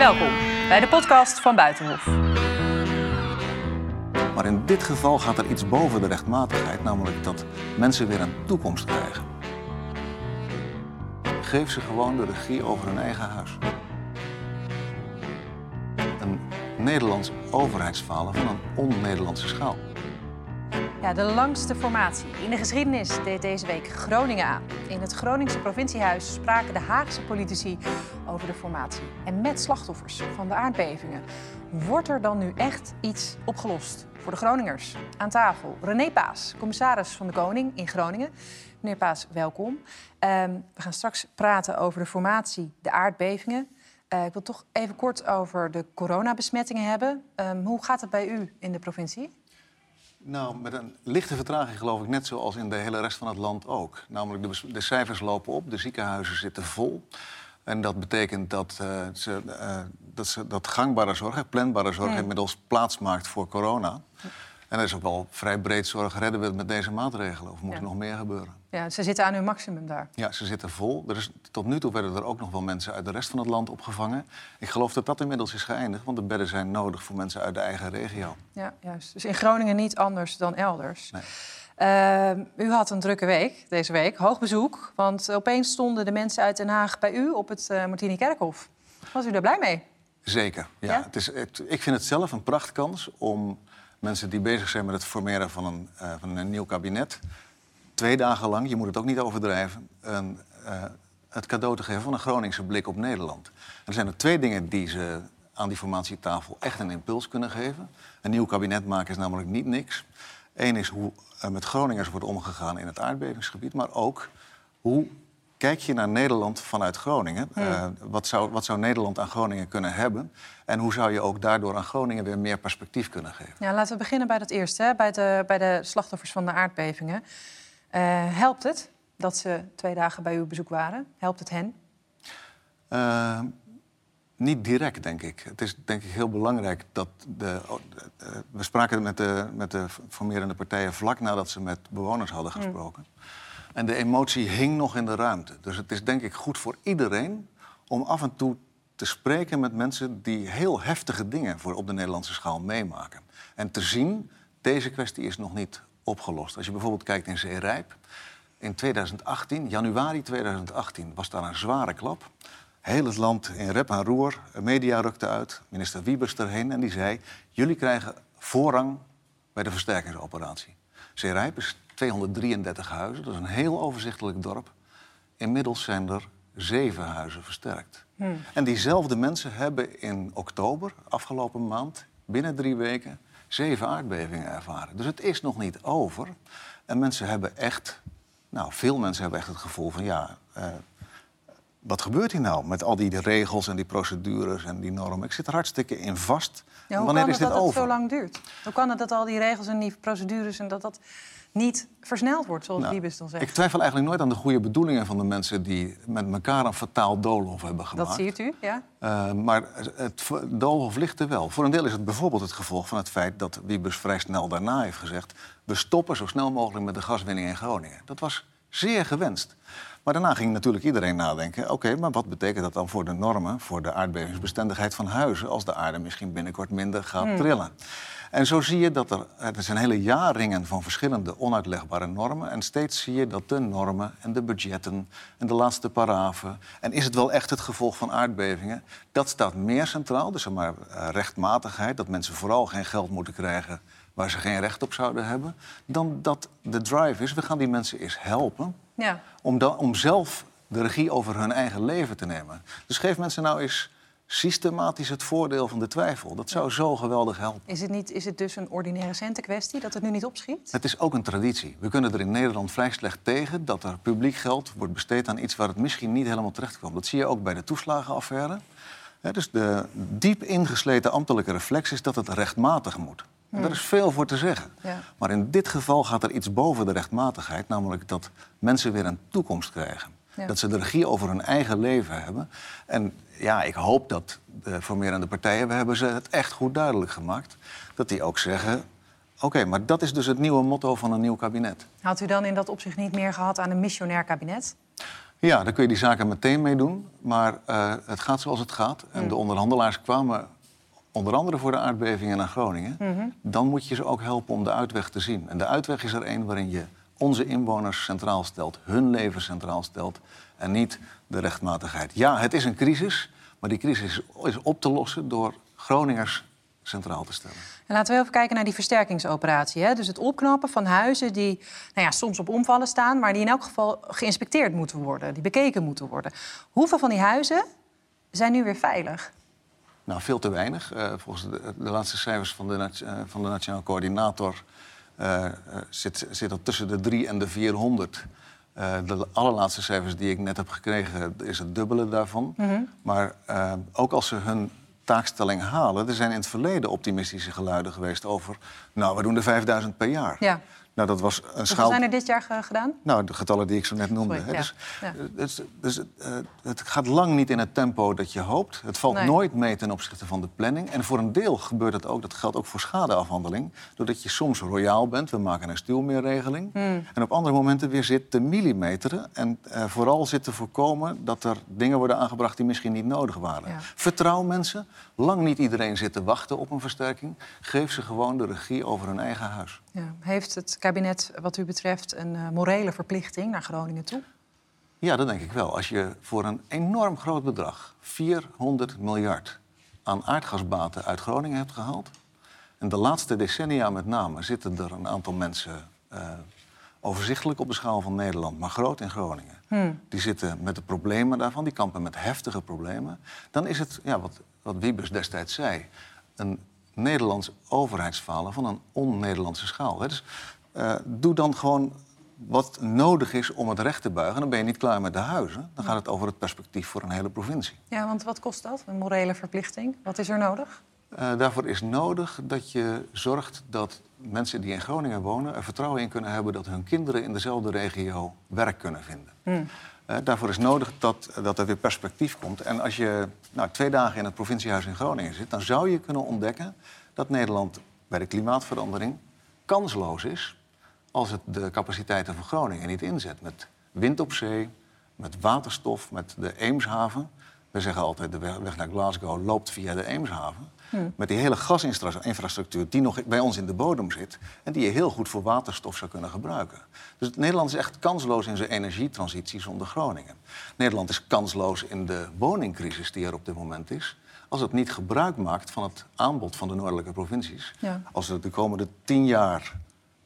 Welkom bij de podcast van Buitenhof. Maar in dit geval gaat er iets boven de rechtmatigheid, namelijk dat mensen weer een toekomst krijgen. Geef ze gewoon de regie over hun eigen huis. Een Nederlands overheidsfalen van een on-Nederlandse schaal. Ja, de langste formatie in de geschiedenis deed deze week Groningen aan. In het Groningse provinciehuis spraken de Haagse politici over de formatie. En met slachtoffers van de aardbevingen. Wordt er dan nu echt iets opgelost voor de Groningers? Aan tafel René Paas, commissaris van de Koning in Groningen. Meneer Paas, welkom. We gaan straks praten over de formatie, de aardbevingen. Ik wil toch even kort over de coronabesmettingen hebben. Hoe gaat het bij u in de provincie? Nou, met een lichte vertraging geloof ik, net zoals in de hele rest van het land ook. Namelijk, de cijfers lopen op, de ziekenhuizen zitten vol. En dat betekent dat gangbare zorg, planbare zorg, inmiddels plaatsmaakt voor corona. En er is ook wel vrij breed zorg. Redden we het met deze maatregelen? Of moet er nog meer gebeuren? Ja, ze zitten aan hun maximum daar. Ja, ze zitten vol. Tot nu toe werden er ook nog wel mensen uit de rest van het land opgevangen. Ik geloof dat dat inmiddels is geëindigd, want de bedden zijn nodig voor mensen uit de eigen regio. Ja, juist. Dus in Groningen niet anders dan elders. Nee. U had een drukke week deze week, hoog bezoek. Want opeens stonden de mensen uit Den Haag bij u op het Martini-Kerkhof. Was u daar blij mee? Zeker, ja. Ik vind het zelf een prachtkans om mensen die bezig zijn met het formeren van een nieuw kabinet, 2 dagen lang, je moet het ook niet overdrijven, het cadeau te geven van een Groningse blik op Nederland. Er zijn er 2 dingen die ze aan die formatietafel echt een impuls kunnen geven. Een nieuw kabinet maken is namelijk niet niks. Eén is hoe met Groningers wordt omgegaan in het aardbevingsgebied, maar ook hoe kijk je naar Nederland vanuit Groningen? Wat zou Nederland aan Groningen kunnen hebben? En hoe zou je ook daardoor aan Groningen weer meer perspectief kunnen geven? Ja, laten we beginnen bij dat eerste, hè? Bij de slachtoffers van de aardbevingen. Helpt het dat ze 2 dagen bij uw bezoek waren? Helpt het hen? Niet direct, denk ik. Het is denk ik heel belangrijk dat we spraken met de formerende partijen vlak nadat ze met bewoners hadden gesproken. En de emotie hing nog in de ruimte. Dus het is denk ik goed voor iedereen om af en toe te spreken met mensen die heel heftige dingen op de Nederlandse schaal meemaken. En te zien, deze kwestie is nog niet opgelost. Als je bijvoorbeeld kijkt in Zeerijp, in 2018, januari 2018, was daar een zware klap. Heel het land in rep en roer, media rukte uit, minister Wiebes erheen en die zei: jullie krijgen voorrang bij de versterkingsoperatie. Zeerijp is 233 huizen, dat is een heel overzichtelijk dorp. Inmiddels zijn er 7 huizen versterkt. En diezelfde mensen hebben in oktober, afgelopen maand, binnen 3 weken, 7 aardbevingen ervaren. Dus het is nog niet over. En mensen hebben echt, veel mensen hebben echt het gevoel van wat gebeurt hier nou met al die regels en die procedures en die normen? Ik zit er hartstikke in vast. Ja, hoe wanneer kan is dit het dat over? het zo lang duurt? Hoe kan het dat al die regels en die procedures en dat niet versneld wordt, zoals Wiebes dan zegt? Ik twijfel eigenlijk nooit aan de goede bedoelingen van de mensen die met elkaar een fataal doolhof hebben gemaakt. Dat ziet u, ja. Maar het doolhof ligt er wel. Voor een deel is het bijvoorbeeld het gevolg van het feit dat Wiebes vrij snel daarna heeft gezegd: we stoppen zo snel mogelijk met de gaswinning in Groningen. Dat was zeer gewenst. Maar daarna ging natuurlijk iedereen nadenken: oké, maar wat betekent dat dan voor de normen, voor de aardbevingsbestendigheid van huizen, als de aarde misschien binnenkort minder gaat trillen? En zo zie je dat er zijn hele jaarringen van verschillende onuitlegbare normen. En steeds zie je dat de normen en de budgetten en de laatste paragrafen, en is het wel echt het gevolg van aardbevingen, dat staat meer centraal. Dus rechtmatigheid, dat mensen vooral geen geld moeten krijgen waar ze geen recht op zouden hebben, dan dat de drive is: we gaan die mensen eens helpen om zelf de regie over hun eigen leven te nemen. Dus geef mensen nou eens systematisch het voordeel van de twijfel. Dat zou zo geweldig helpen. Is het dus een ordinaire centenkwestie dat het nu niet opschiet? Het is ook een traditie. We kunnen er in Nederland vrij slecht tegen dat er publiek geld wordt besteed aan iets waar het misschien niet helemaal terecht kwam. Dat zie je ook bij de toeslagenaffaire. Dus de diep ingesleten ambtelijke reflex is dat het rechtmatig moet. En daar is veel voor te zeggen. Ja. Maar in dit geval gaat er iets boven de rechtmatigheid, namelijk dat mensen weer een toekomst krijgen. Ja. Dat ze de regie over hun eigen leven hebben. En ik hoop dat de formerende partijen, we hebben ze het echt goed duidelijk gemaakt, dat die ook zeggen: oké, maar dat is dus het nieuwe motto van een nieuw kabinet. Had u dan in dat opzicht niet meer gehad aan een missionair kabinet? Ja, daar kun je die zaken meteen mee doen. Maar het gaat zoals het gaat. En de onderhandelaars kwamen onder andere voor de aardbevingen naar Groningen. Dan moet je ze ook helpen om de uitweg te zien. En de uitweg is er één waarin je onze inwoners centraal stelt. Hun leven centraal stelt. En niet de rechtmatigheid. Ja, het is een crisis. Maar die crisis is op te lossen door Groningers centraal te stellen. En laten we even kijken naar die versterkingsoperatie. Hè? Dus het opknappen van huizen die soms op omvallen staan, maar die in elk geval geïnspecteerd moeten worden, die bekeken moeten worden. Hoeveel van die huizen zijn nu weer veilig? Nou, veel te weinig. Volgens de laatste cijfers van de Nationaal Coördinator zit dat tussen de 300 en de 400. De allerlaatste cijfers die ik net heb gekregen is het dubbele daarvan. Maar ook als ze hun taakstelling halen. Er zijn in het verleden optimistische geluiden geweest over, nou, we doen er 5000 per jaar. Ja. Nou, dat was een Hoeveel zijn er dit jaar gedaan? Nou, de getallen die ik zo net noemde. Sorry, Dus het gaat lang niet in het tempo dat je hoopt. Het valt nooit mee ten opzichte van de planning. En voor een deel gebeurt het ook, dat geldt ook voor schadeafhandeling, doordat je soms royaal bent, we maken een stuwmeerregeling. En op andere momenten weer zit te millimeteren. En vooral zit te voorkomen dat er dingen worden aangebracht die misschien niet nodig waren. Ja. Vertrouw mensen. Lang niet iedereen zit te wachten op een versterking. Geef ze gewoon de regie over hun eigen huis. Ja. Heeft het kabinet wat u betreft een morele verplichting naar Groningen toe? Ja, dat denk ik wel. Als je voor een enorm groot bedrag 400 miljard aan aardgasbaten uit Groningen hebt gehaald, en de laatste decennia met name zitten er een aantal mensen overzichtelijk op de schaal van Nederland, maar groot in Groningen. Die zitten met de problemen daarvan, die kampen met heftige problemen. Dan is het, wat Wiebes destijds zei, een Nederlands overheidsfalen van een on-Nederlandse schaal. Dus doe dan gewoon wat nodig is om het recht te buigen. Dan ben je niet klaar met de huizen. Dan gaat het over het perspectief voor een hele provincie. Ja, want wat kost dat, een morele verplichting? Wat is er nodig? Daarvoor is nodig dat je zorgt dat mensen die in Groningen wonen er vertrouwen in kunnen hebben dat hun kinderen in dezelfde regio werk kunnen vinden. Daarvoor is nodig dat er weer perspectief komt. En als je 2 dagen in het provinciehuis in Groningen zit, dan zou je kunnen ontdekken dat Nederland bij de klimaatverandering kansloos is als het de capaciteiten van Groningen niet inzet. Met wind op zee, met waterstof, met de Eemshaven. We zeggen altijd, de weg naar Glasgow loopt via de Eemshaven. Met die hele gasinfrastructuur die nog bij ons in de bodem zit en die je heel goed voor waterstof zou kunnen gebruiken. Dus Nederland is echt kansloos in zijn energietransitie zonder Groningen. Nederland is kansloos in de woningcrisis die er op dit moment is, als het niet gebruik maakt van het aanbod van de noordelijke provincies. Ja. Als er de komende 10 jaar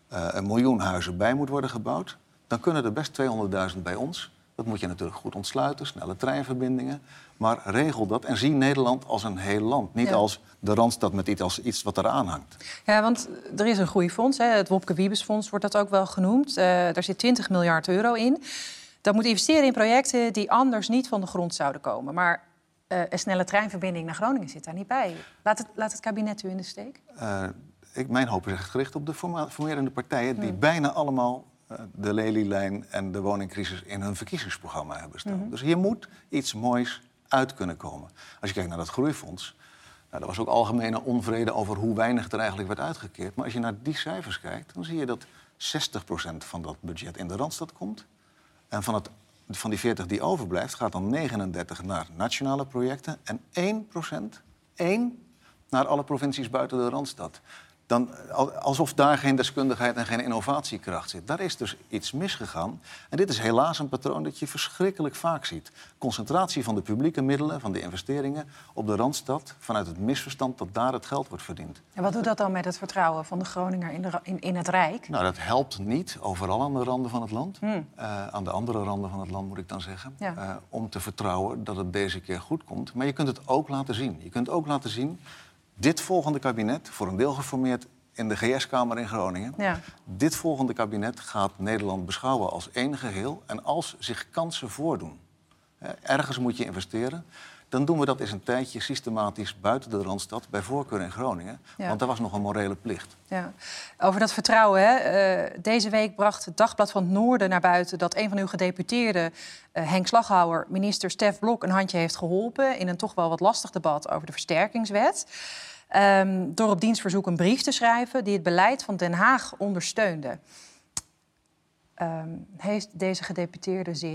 1 miljoen huizen bij moet worden gebouwd, dan kunnen er best 200.000 bij ons. Dat moet je natuurlijk goed ontsluiten, snelle treinverbindingen. Maar regel dat en zie Nederland als een heel land. Niet als de Randstad met iets wat eraan hangt. Ja, want er is een groeifonds, het Wopke Wiebesfonds wordt dat ook wel genoemd. Daar zit 20 miljard euro in. Dat moet investeren in projecten die anders niet van de grond zouden komen. Maar een snelle treinverbinding naar Groningen zit daar niet bij. Laat het kabinet u in de steek? Mijn hoop is echt gericht op de formerende partijen die bijna allemaal de Lelylijn en de woningcrisis in hun verkiezingsprogramma hebben staan. Dus hier moet iets moois uit kunnen komen. Als je kijkt naar dat groeifonds, er was ook algemene onvrede over hoe weinig er eigenlijk werd uitgekeerd. Maar als je naar die cijfers kijkt, dan zie je dat 60% van dat budget in de Randstad komt. En van die 40 die overblijft, gaat dan 39 naar nationale projecten en 1% naar alle provincies buiten de Randstad. Alsof daar geen deskundigheid en geen innovatiekracht zit. Daar is dus iets misgegaan. En dit is helaas een patroon dat je verschrikkelijk vaak ziet. Concentratie van de publieke middelen, van de investeringen op de Randstad, vanuit het misverstand dat daar het geld wordt verdiend. En wat doet dat dan met het vertrouwen van de Groninger in het Rijk? Nou, dat helpt niet overal aan de randen van het land. Aan de andere randen van het land, moet ik dan zeggen. Ja. Om te vertrouwen dat het deze keer goed komt. Maar je kunt het ook laten zien. Je kunt ook laten zien, dit volgende kabinet, voor een deel geformeerd in de GS-kamer in Groningen. Ja. Dit volgende kabinet gaat Nederland beschouwen als één geheel. En als zich kansen voordoen, ergens moet je investeren, dan doen we dat eens een tijdje systematisch buiten de Randstad, bij voorkeur in Groningen. Ja. Want daar was nog een morele plicht. Ja. Over dat vertrouwen, deze week bracht het Dagblad van het Noorden naar buiten dat een van uw gedeputeerden, Henk Slaghouwer, minister Stef Blok, een handje heeft geholpen in een toch wel wat lastig debat over de versterkingswet. Door op dienstverzoek een brief te schrijven die het beleid van Den Haag ondersteunde. Heeft deze gedeputeerde zich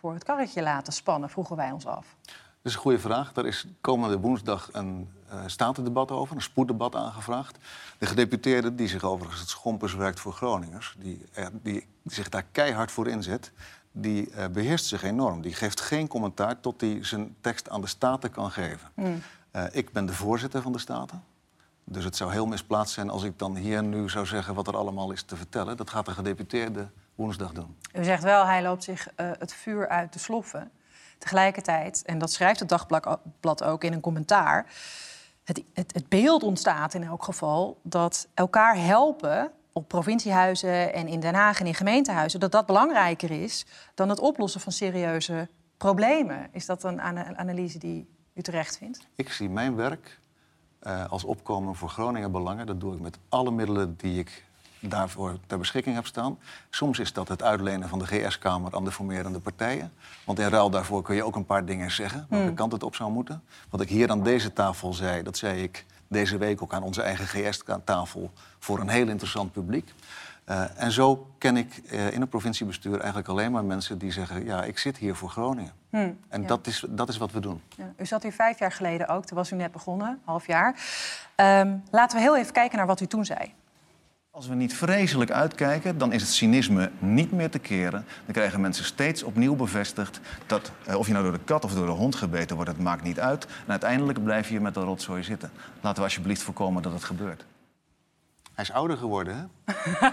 voor het karretje laten spannen, vroegen wij ons af. Dat is een goede vraag. Er is komende woensdag een statendebat over, een spoeddebat aangevraagd. De gedeputeerde, die zich overigens het schompers werkt voor Groningers, die zich daar keihard voor inzet, die beheerst zich enorm. Die geeft geen commentaar tot hij zijn tekst aan de Staten kan geven. Ik ben de voorzitter van de Staten. Dus het zou heel misplaatst zijn als ik dan hier nu zou zeggen wat er allemaal is te vertellen. Dat gaat de gedeputeerde woensdag doen. U zegt wel, hij loopt zich het vuur uit de sloffen. Tegelijkertijd, en dat schrijft het Dagblad ook in een commentaar, het beeld ontstaat in elk geval dat elkaar helpen op provinciehuizen en in Den Haag en in gemeentehuizen, dat belangrijker is dan het oplossen van serieuze problemen. Is dat een analyse die u terecht vindt? Ik zie mijn werk als opkomen voor Groningen belangen. Dat doe ik met alle middelen die ik daarvoor ter beschikking heb staan. Soms is dat het uitlenen van de GS-kamer aan de formerende partijen. Want in ruil daarvoor kun je ook een paar dingen zeggen, welke kant het op zou moeten. Wat ik hier aan deze tafel zei, dat zei ik deze week ook aan onze eigen GS-tafel voor een heel interessant publiek. En zo ken ik in het provinciebestuur eigenlijk alleen maar mensen die zeggen, ja, ik zit hier voor Groningen. En dat is wat we doen. Ja. U zat hier 5 jaar geleden ook, toen was u net begonnen, half jaar. Laten we heel even kijken naar wat u toen zei. Als we niet vreselijk uitkijken, dan is het cynisme niet meer te keren. Dan krijgen mensen steeds opnieuw bevestigd dat, of je nou door de kat of door de hond gebeten wordt, het maakt niet uit. En uiteindelijk blijf je hier met de rotzooi zitten. Laten we alsjeblieft voorkomen dat het gebeurt. Hij is ouder geworden, hè?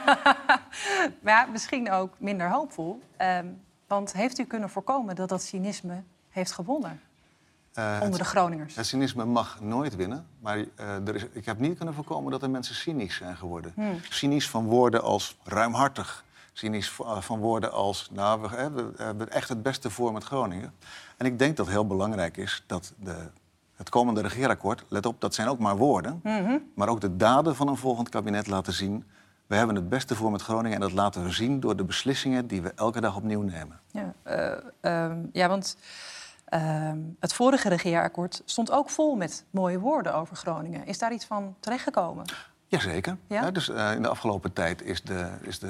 Maar ja, misschien ook minder hoopvol. Want heeft u kunnen voorkomen dat cynisme heeft gewonnen onder de Groningers? Het cynisme mag nooit winnen. Maar ik heb niet kunnen voorkomen dat er mensen cynisch zijn geworden. Cynisch van woorden als ruimhartig. Cynisch van woorden als, nou, we hebben echt het beste voor met Groningen. En ik denk dat het heel belangrijk is dat het komende regeerakkoord, let op, dat zijn ook maar woorden, maar ook de daden van een volgend kabinet laten zien, we hebben het beste voor met Groningen en dat laten we zien door de beslissingen die we elke dag opnieuw nemen. Ja, want het vorige regeerakkoord stond ook vol met mooie woorden over Groningen. Is daar iets van terechtgekomen? Jazeker. Ja? Dus in de afgelopen tijd is de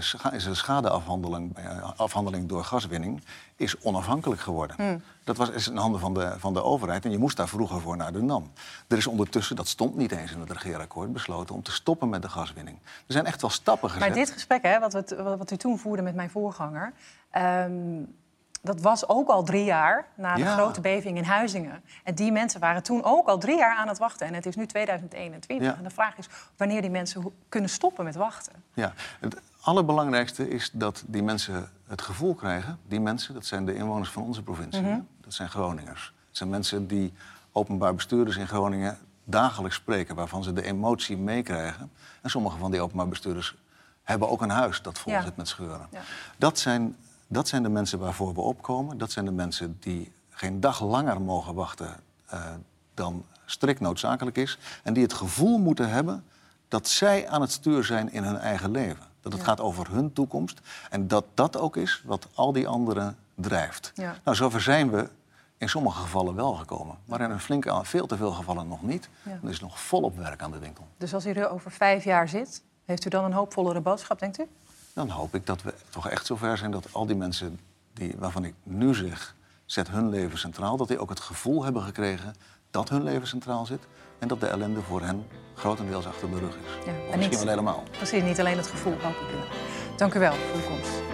schadeafhandeling door gaswinning is onafhankelijk geworden. Dat is in handen van de overheid en je moest daar vroeger voor naar de NAM. Er is ondertussen, dat stond niet eens in het regeerakkoord, besloten om te stoppen met de gaswinning. Er zijn echt wel stappen gezet. Maar dit gesprek, hè, wat u toen voerde met mijn voorganger, dat was ook al 3 jaar na de grote beving in Huizingen. En die mensen waren toen ook al 3 jaar aan het wachten. En het is nu 2021. Ja. En de vraag is wanneer die mensen kunnen stoppen met wachten. Ja, het allerbelangrijkste is dat die mensen het gevoel krijgen. Die mensen, dat zijn de inwoners van onze provincie. Dat zijn Groningers. Dat zijn mensen die openbaar bestuurders in Groningen dagelijks spreken, waarvan ze de emotie meekrijgen. En sommige van die openbaar bestuurders hebben ook een huis dat vol zit met scheuren. Ja. Dat zijn de mensen waarvoor we opkomen. Dat zijn de mensen die geen dag langer mogen wachten dan strikt noodzakelijk is. En die het gevoel moeten hebben dat zij aan het stuur zijn in hun eigen leven. Dat het gaat over hun toekomst. En dat dat ook is wat al die anderen drijft. Ja. Nou, zover zijn we in sommige gevallen wel gekomen. Maar in veel te veel gevallen nog niet. Ja. Er is nog volop werk aan de winkel. Dus als u er over 5 jaar zit, heeft u dan een hoopvollere boodschap, denkt u? Dan hoop ik dat we toch echt zover zijn dat al die mensen waarvan ik nu zeg, zet hun leven centraal, dat die ook het gevoel hebben gekregen dat hun leven centraal zit en dat de ellende voor hen grotendeels achter de rug is. Ja, of misschien wel helemaal. Precies, niet alleen het gevoel, hoop ik. Dank u wel voor uw komst.